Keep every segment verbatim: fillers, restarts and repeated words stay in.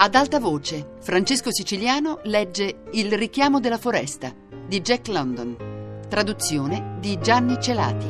Ad alta voce, Francesco Siciliano legge Il richiamo della foresta di Jack London, traduzione di Gianni Celati.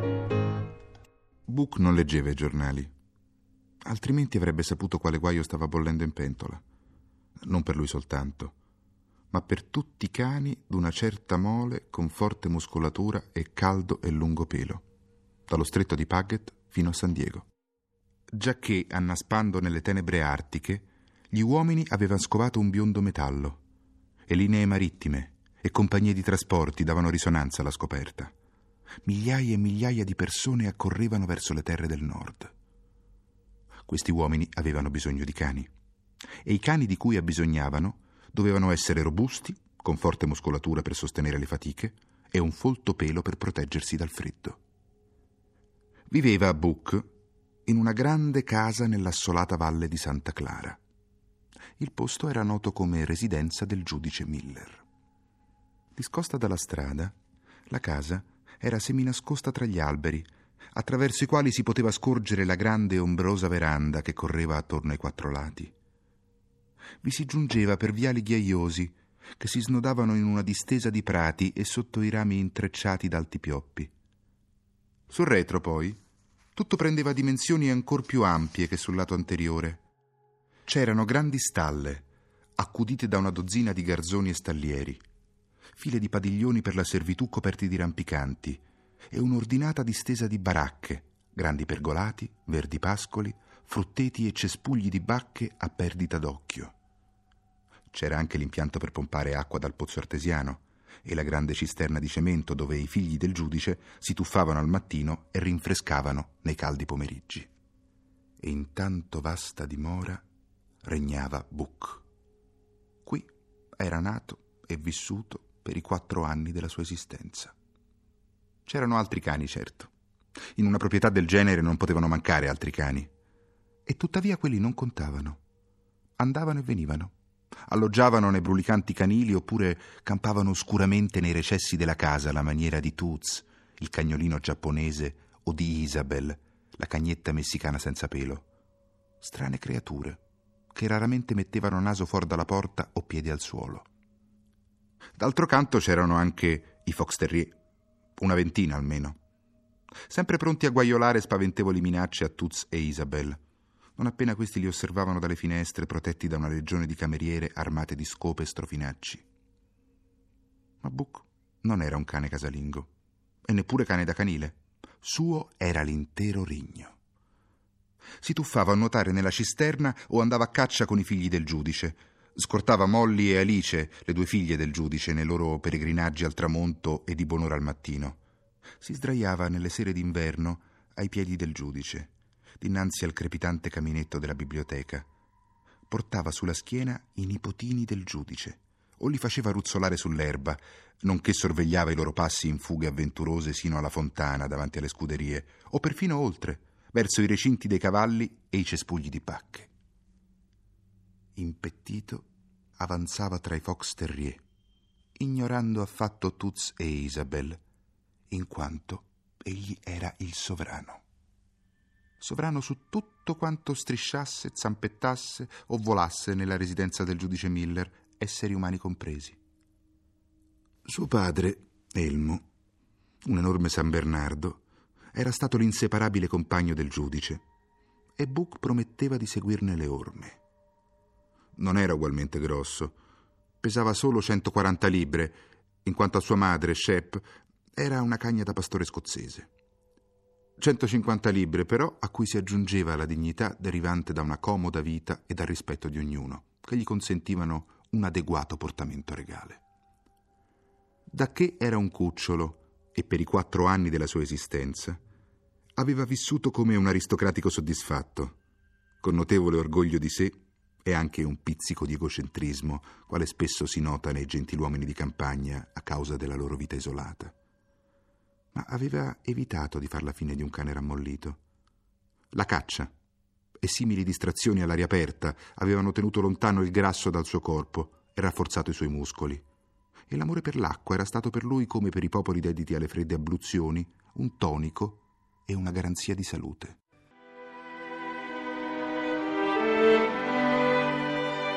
Book non leggeva i giornali, altrimenti avrebbe saputo quale guaio stava bollendo in pentola. Non per lui soltanto, ma per tutti i cani d'una certa mole con forte muscolatura e caldo e lungo pelo, dallo stretto di Puget fino a San Diego. Giacché, annaspando nelle tenebre artiche, gli uomini avevano scovato un biondo metallo, e linee marittime e compagnie di trasporti davano risonanza alla scoperta. Migliaia e migliaia di persone accorrevano verso le terre del nord. Questi uomini avevano bisogno di cani, e i cani di cui abbisognavano dovevano essere robusti, con forte muscolatura per sostenere le fatiche e un folto pelo per proteggersi dal freddo. Viveva a Book in una grande casa nell'assolata valle di Santa Clara. Il posto era noto come residenza del giudice Miller. Discosta dalla strada, la casa era seminascosta tra gli alberi, attraverso i quali si poteva scorgere la grande e ombrosa veranda che correva attorno ai quattro lati. Vi si giungeva per viali ghiaiosi che si snodavano in una distesa di prati e sotto i rami intrecciati d'alti pioppi. Sul retro, poi, tutto prendeva dimensioni ancor più ampie che sul lato anteriore. C'erano grandi stalle, accudite da una dozzina di garzoni e stallieri, file di padiglioni per la servitù coperti di rampicanti e un'ordinata distesa di baracche, grandi pergolati, verdi pascoli, frutteti e cespugli di bacche a perdita d'occhio. C'era anche l'impianto per pompare acqua dal pozzo artesiano e la grande cisterna di cemento dove i figli del giudice si tuffavano al mattino e rinfrescavano nei caldi pomeriggi. E in tanto vasta dimora regnava Book. Qui era nato e vissuto per i quattro anni della sua esistenza. C'erano altri cani, certo. In una proprietà del genere non potevano mancare altri cani. E tuttavia quelli non contavano. Andavano e venivano. Alloggiavano nei brulicanti canili oppure campavano oscuramente nei recessi della casa alla maniera di Toots, il cagnolino giapponese, o di Isabel, la cagnetta messicana senza pelo. Strane creature che raramente mettevano naso fuori dalla porta o piedi al suolo. D'altro canto c'erano anche i fox terrier, una ventina almeno, sempre pronti a guaiolare spaventevoli minacce a Toots e Isabel, non appena questi li osservavano dalle finestre protetti da una legione di cameriere armate di scope e strofinacci. Ma Book non era un cane casalingo, e neppure cane da canile. Suo era l'intero regno. Si tuffava a nuotare nella cisterna o andava a caccia con i figli del giudice. Scortava Molly e Alice, le due figlie del giudice, nei loro peregrinaggi al tramonto e di buon'ora al mattino. Si sdraiava nelle sere d'inverno ai piedi del giudice, dinanzi al crepitante caminetto della biblioteca. Portava sulla schiena i nipotini del giudice o li faceva ruzzolare sull'erba, nonché sorvegliava i loro passi in fughe avventurose sino alla fontana davanti alle scuderie o perfino oltre, verso i recinti dei cavalli e i cespugli di bacche. Impettito avanzava tra i fox terrier, ignorando affatto Toots e Isabel, in quanto egli era il sovrano. Sovrano su tutto quanto strisciasse, zampettasse o volasse nella residenza del giudice Miller, esseri umani compresi. Suo padre, Elmo, un enorme San Bernardo, era stato l'inseparabile compagno del giudice e Book prometteva di seguirne le orme. Non era ugualmente grosso, pesava solo centoquaranta libbre, in quanto a sua madre, Shep, era una cagna da pastore scozzese. centocinquanta libbre, però, a cui si aggiungeva la dignità derivante da una comoda vita e dal rispetto di ognuno, che gli consentivano un adeguato portamento regale. Dacché era un cucciolo, e per i quattro anni della sua esistenza, aveva vissuto come un aristocratico soddisfatto, con notevole orgoglio di sé e anche un pizzico di egocentrismo, quale spesso si nota nei gentiluomini di campagna a causa della loro vita isolata. Ma aveva evitato di far la fine di un cane rammollito. La caccia e simili distrazioni all'aria aperta avevano tenuto lontano il grasso dal suo corpo e rafforzato i suoi muscoli. E l'amore per l'acqua era stato per lui, come per i popoli dediti alle fredde abluzioni, un tonico e una garanzia di salute.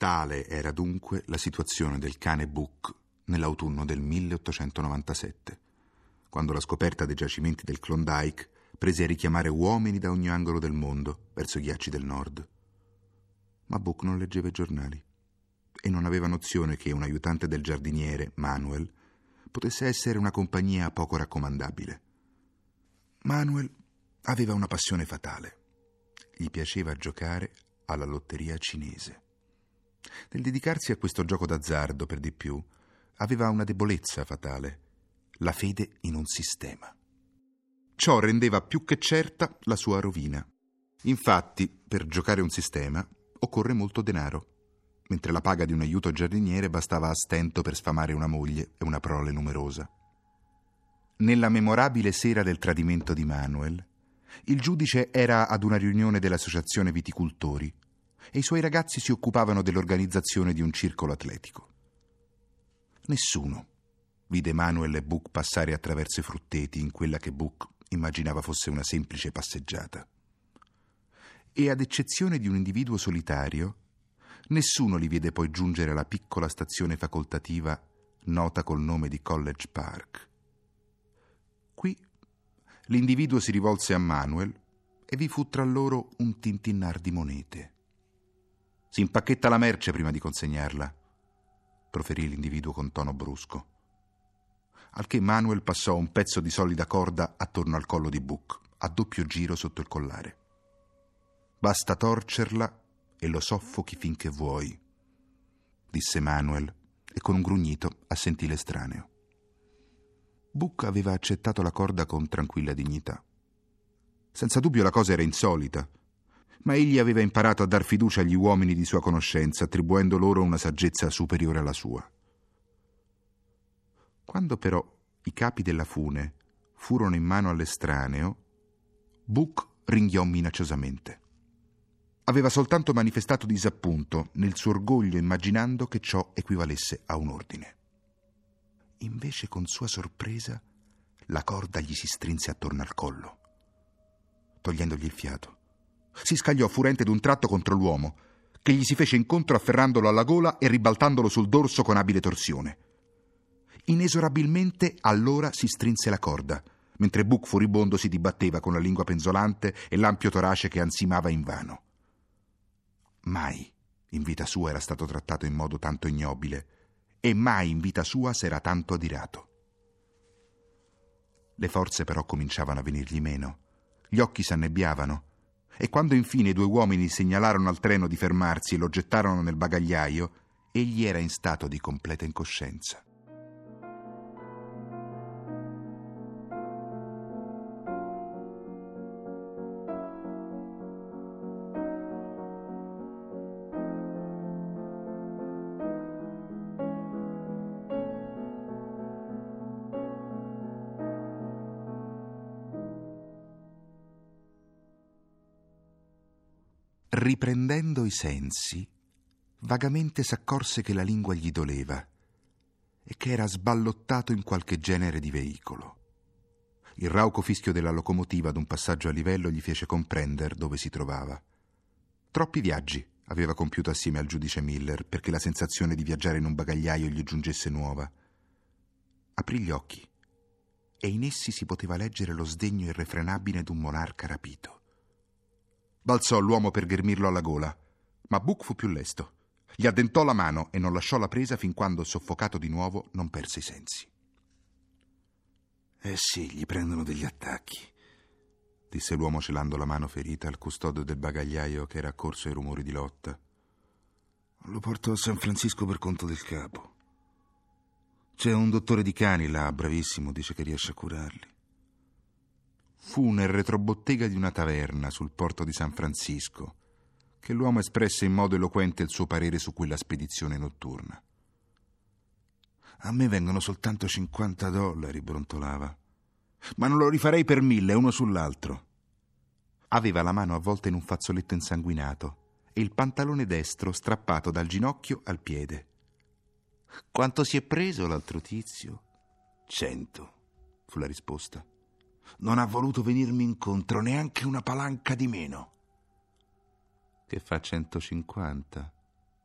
Tale era dunque la situazione del cane Book nell'autunno del milleottocentonovantasette, quando la scoperta dei giacimenti del Klondike prese a richiamare uomini da ogni angolo del mondo verso i ghiacci del nord. Ma Book non leggeva i giornali e non aveva nozione che un aiutante del giardiniere, Manuel, potesse essere una compagnia poco raccomandabile. Manuel aveva una passione fatale. Gli piaceva giocare alla lotteria cinese. Nel dedicarsi a questo gioco d'azzardo, per di più, aveva una debolezza fatale: la fede in un sistema. Ciò rendeva più che certa la sua rovina. Infatti, per giocare un sistema occorre molto denaro, mentre la paga di un aiuto giardiniere bastava a stento per sfamare una moglie e una prole numerosa. Nella memorabile sera del tradimento di Manuel, il giudice era ad una riunione dell'associazione viticoltori e i suoi ragazzi si occupavano dell'organizzazione di un circolo atletico. Nessuno vide Manuel e Book passare attraverso i frutteti in quella che Book immaginava fosse una semplice passeggiata. E ad eccezione di un individuo solitario, nessuno li vide poi giungere alla piccola stazione facoltativa nota col nome di College Park. Qui l'individuo si rivolse a Manuel e vi fu tra loro un tintinnar di monete. «Si impacchetta la merce prima di consegnarla», proferì l'individuo con tono brusco. Al che Manuel passò un pezzo di solida corda attorno al collo di Book, a doppio giro sotto il collare. «Basta torcerla e lo soffochi finché vuoi», disse Manuel, e con un grugnito assentì l'estraneo. Book aveva accettato la corda con tranquilla dignità. Senza dubbio la cosa era insolita, ma egli aveva imparato a dar fiducia agli uomini di sua conoscenza, attribuendo loro una saggezza superiore alla sua. Quando però i capi della fune furono in mano all'estraneo, Book ringhiò minacciosamente. Aveva soltanto manifestato disappunto nel suo orgoglio, immaginando che ciò equivalesse a un ordine. Invece, con sua sorpresa, la corda gli si strinse attorno al collo, togliendogli il fiato. Si scagliò furente d'un tratto contro l'uomo, che gli si fece incontro afferrandolo alla gola e ribaltandolo sul dorso con abile torsione. Inesorabilmente allora si strinse la corda, mentre Book furibondo si dibatteva con la lingua penzolante e l'ampio torace che ansimava invano. Mai in vita sua era stato trattato in modo tanto ignobile, e mai in vita sua s'era tanto adirato. Le forze però cominciavano a venirgli meno, gli occhi s'annebbiavano, e quando infine i due uomini segnalarono al treno di fermarsi e lo gettarono nel bagagliaio, egli era in stato di completa incoscienza. Riprendendo i sensi, vagamente s'accorse che la lingua gli doleva e che era sballottato in qualche genere di veicolo. Il rauco fischio della locomotiva ad un passaggio a livello gli fece comprendere dove si trovava. Troppi viaggi aveva compiuto assieme al giudice Miller perché la sensazione di viaggiare in un bagagliaio gli giungesse nuova. Aprì gli occhi e in essi si poteva leggere lo sdegno irrefrenabile d'un monarca rapito. Balzò l'uomo per ghermirlo alla gola, ma Book fu più lesto. Gli addentò la mano e non lasciò la presa fin quando, soffocato di nuovo, non perse i sensi. «Eh sì, gli prendono degli attacchi», disse l'uomo celando la mano ferita al custode del bagagliaio che era accorso ai rumori di lotta. «Lo porto a San Francisco per conto del capo. C'è un dottore di cani là, bravissimo, dice che riesce a curarli». Fu nel retrobottega di una taverna sul porto di San Francisco che l'uomo espresse in modo eloquente il suo parere su quella spedizione notturna. «A me vengono soltanto cinquanta dollari», brontolava. «Ma non lo rifarei per mille, uno sull'altro». Aveva la mano avvolta in un fazzoletto insanguinato e il pantalone destro strappato dal ginocchio al piede. «Quanto si è preso l'altro tizio?» «Cento», fu la risposta. «Non ha voluto venirmi incontro neanche una palanca di meno». «Che fa centocinquanta?»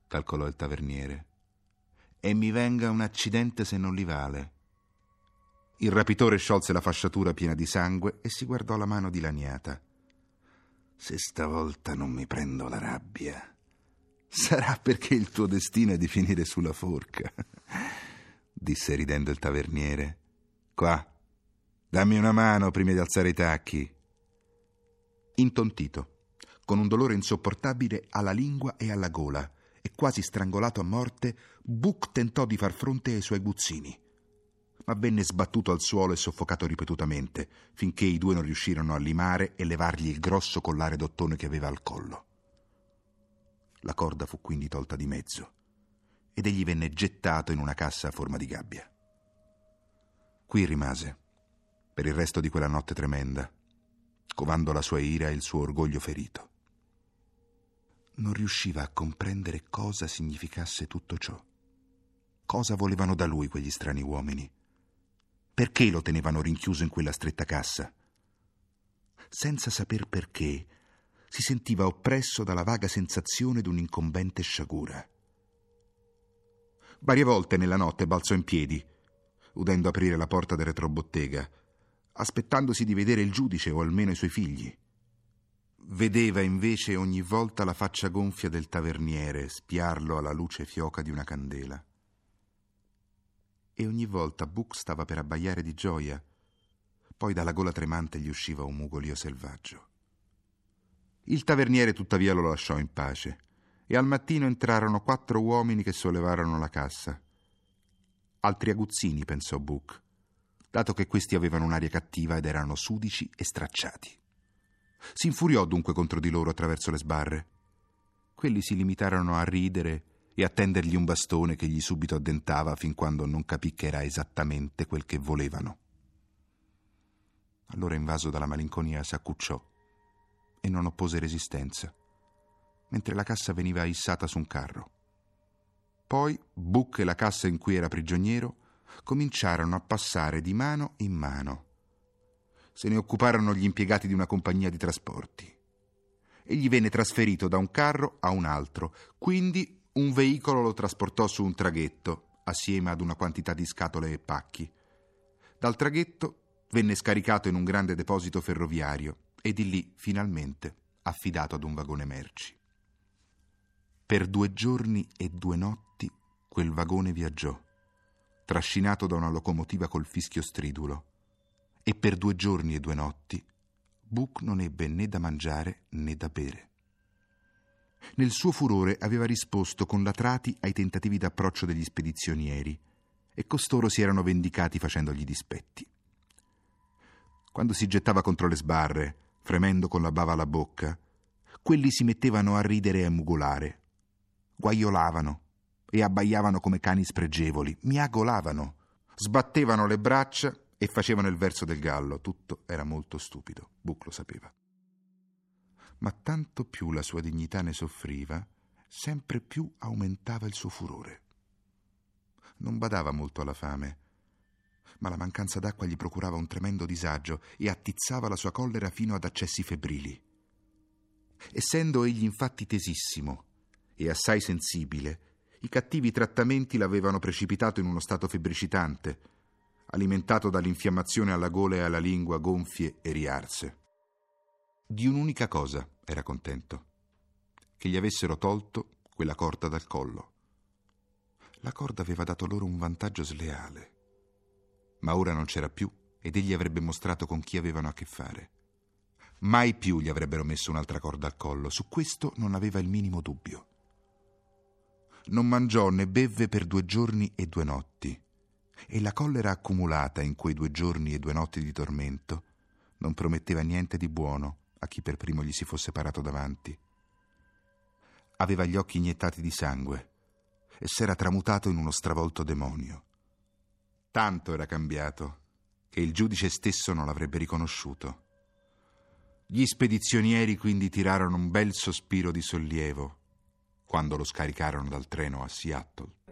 calcolò il taverniere, e mi venga un accidente se non li vale. Il rapitore sciolse la fasciatura piena di sangue e si guardò la mano dilaniata. Se stavolta non mi prendo la rabbia, sarà perché il tuo destino è di finire sulla forca, disse ridendo il taverniere. Qua, dammi una mano prima di alzare i tacchi. Intontito, con un dolore insopportabile alla lingua e alla gola, e quasi strangolato a morte, Buck tentò di far fronte ai suoi aguzzini, ma venne sbattuto al suolo e soffocato ripetutamente, finché i due non riuscirono a limare e levargli il grosso collare d'ottone che aveva al collo. La corda fu quindi tolta di mezzo, ed egli venne gettato in una cassa a forma di gabbia. Qui rimase, per il resto di quella notte tremenda, covando la sua ira e il suo orgoglio ferito. Non riusciva a comprendere cosa significasse tutto ciò. Cosa volevano da lui quegli strani uomini? Perché lo tenevano rinchiuso in quella stretta cassa? Senza saper perché, si sentiva oppresso dalla vaga sensazione d'un'incombente sciagura. Varie volte nella notte balzò in piedi, udendo aprire la porta del retrobottega, aspettandosi di vedere il giudice o almeno i suoi figli. Vedeva invece ogni volta la faccia gonfia del taverniere spiarlo alla luce fioca di una candela. E ogni volta Buck stava per abbaiare di gioia, poi dalla gola tremante gli usciva un mugolio selvaggio. Il taverniere tuttavia lo lasciò in pace, e al mattino entrarono quattro uomini che sollevarono la cassa. Altri aguzzini, pensò Buck, dato che questi avevano un'aria cattiva ed erano sudici e stracciati. Si infuriò dunque contro di loro attraverso le sbarre. Quelli si limitarono a ridere e a tendergli un bastone che gli subito addentava fin quando non capì che era esattamente quel che volevano. Allora, invaso dalla malinconia, s'accucciò e non oppose resistenza, mentre la cassa veniva issata su un carro. Poi Buck e la cassa in cui era prigioniero cominciarono a passare di mano in mano. Se ne occuparono gli impiegati di una compagnia di trasporti. Egli venne trasferito da un carro a un altro, quindi un veicolo lo trasportò su un traghetto, assieme ad una quantità di scatole e pacchi. Dal traghetto venne scaricato in un grande deposito ferroviario e di lì, finalmente, affidato ad un vagone merci. Per due giorni e due notti quel vagone viaggiò, trascinato da una locomotiva col fischio stridulo, e per due giorni e due notti Buck non ebbe né da mangiare né da bere. Nel suo furore aveva risposto con latrati ai tentativi d'approccio degli spedizionieri, e costoro si erano vendicati facendogli dispetti. Quando si gettava contro le sbarre, fremendo con la bava alla bocca, quelli si mettevano a ridere e a mugolare, guaiolavano e abbaiavano come cani spregevoli, miagolavano, sbattevano le braccia e facevano il verso del gallo. Tutto era molto stupido, Buck lo sapeva. Ma tanto più la sua dignità ne soffriva, sempre più aumentava il suo furore. Non badava molto alla fame, ma la mancanza d'acqua gli procurava un tremendo disagio e attizzava la sua collera fino ad accessi febbrili. Essendo egli infatti tesissimo e assai sensibile, i cattivi trattamenti l'avevano precipitato in uno stato febbricitante, alimentato dall'infiammazione alla gola e alla lingua gonfie e riarse. Di un'unica cosa era contento: che gli avessero tolto quella corda dal collo. La corda aveva dato loro un vantaggio sleale, ma ora non c'era più ed egli avrebbe mostrato con chi avevano a che fare. Mai più gli avrebbero messo un'altra corda al collo, su questo non aveva il minimo dubbio. Non mangiò né bevve per due giorni e due notti, e la collera accumulata in quei due giorni e due notti di tormento non prometteva niente di buono a chi per primo gli si fosse parato davanti. Aveva gli occhi iniettati di sangue e s'era tramutato in uno stravolto demonio. Tanto era cambiato che il giudice stesso non l'avrebbe riconosciuto. Gli spedizionieri quindi tirarono un bel sospiro di sollievo quando lo scaricarono dal treno a Seattle.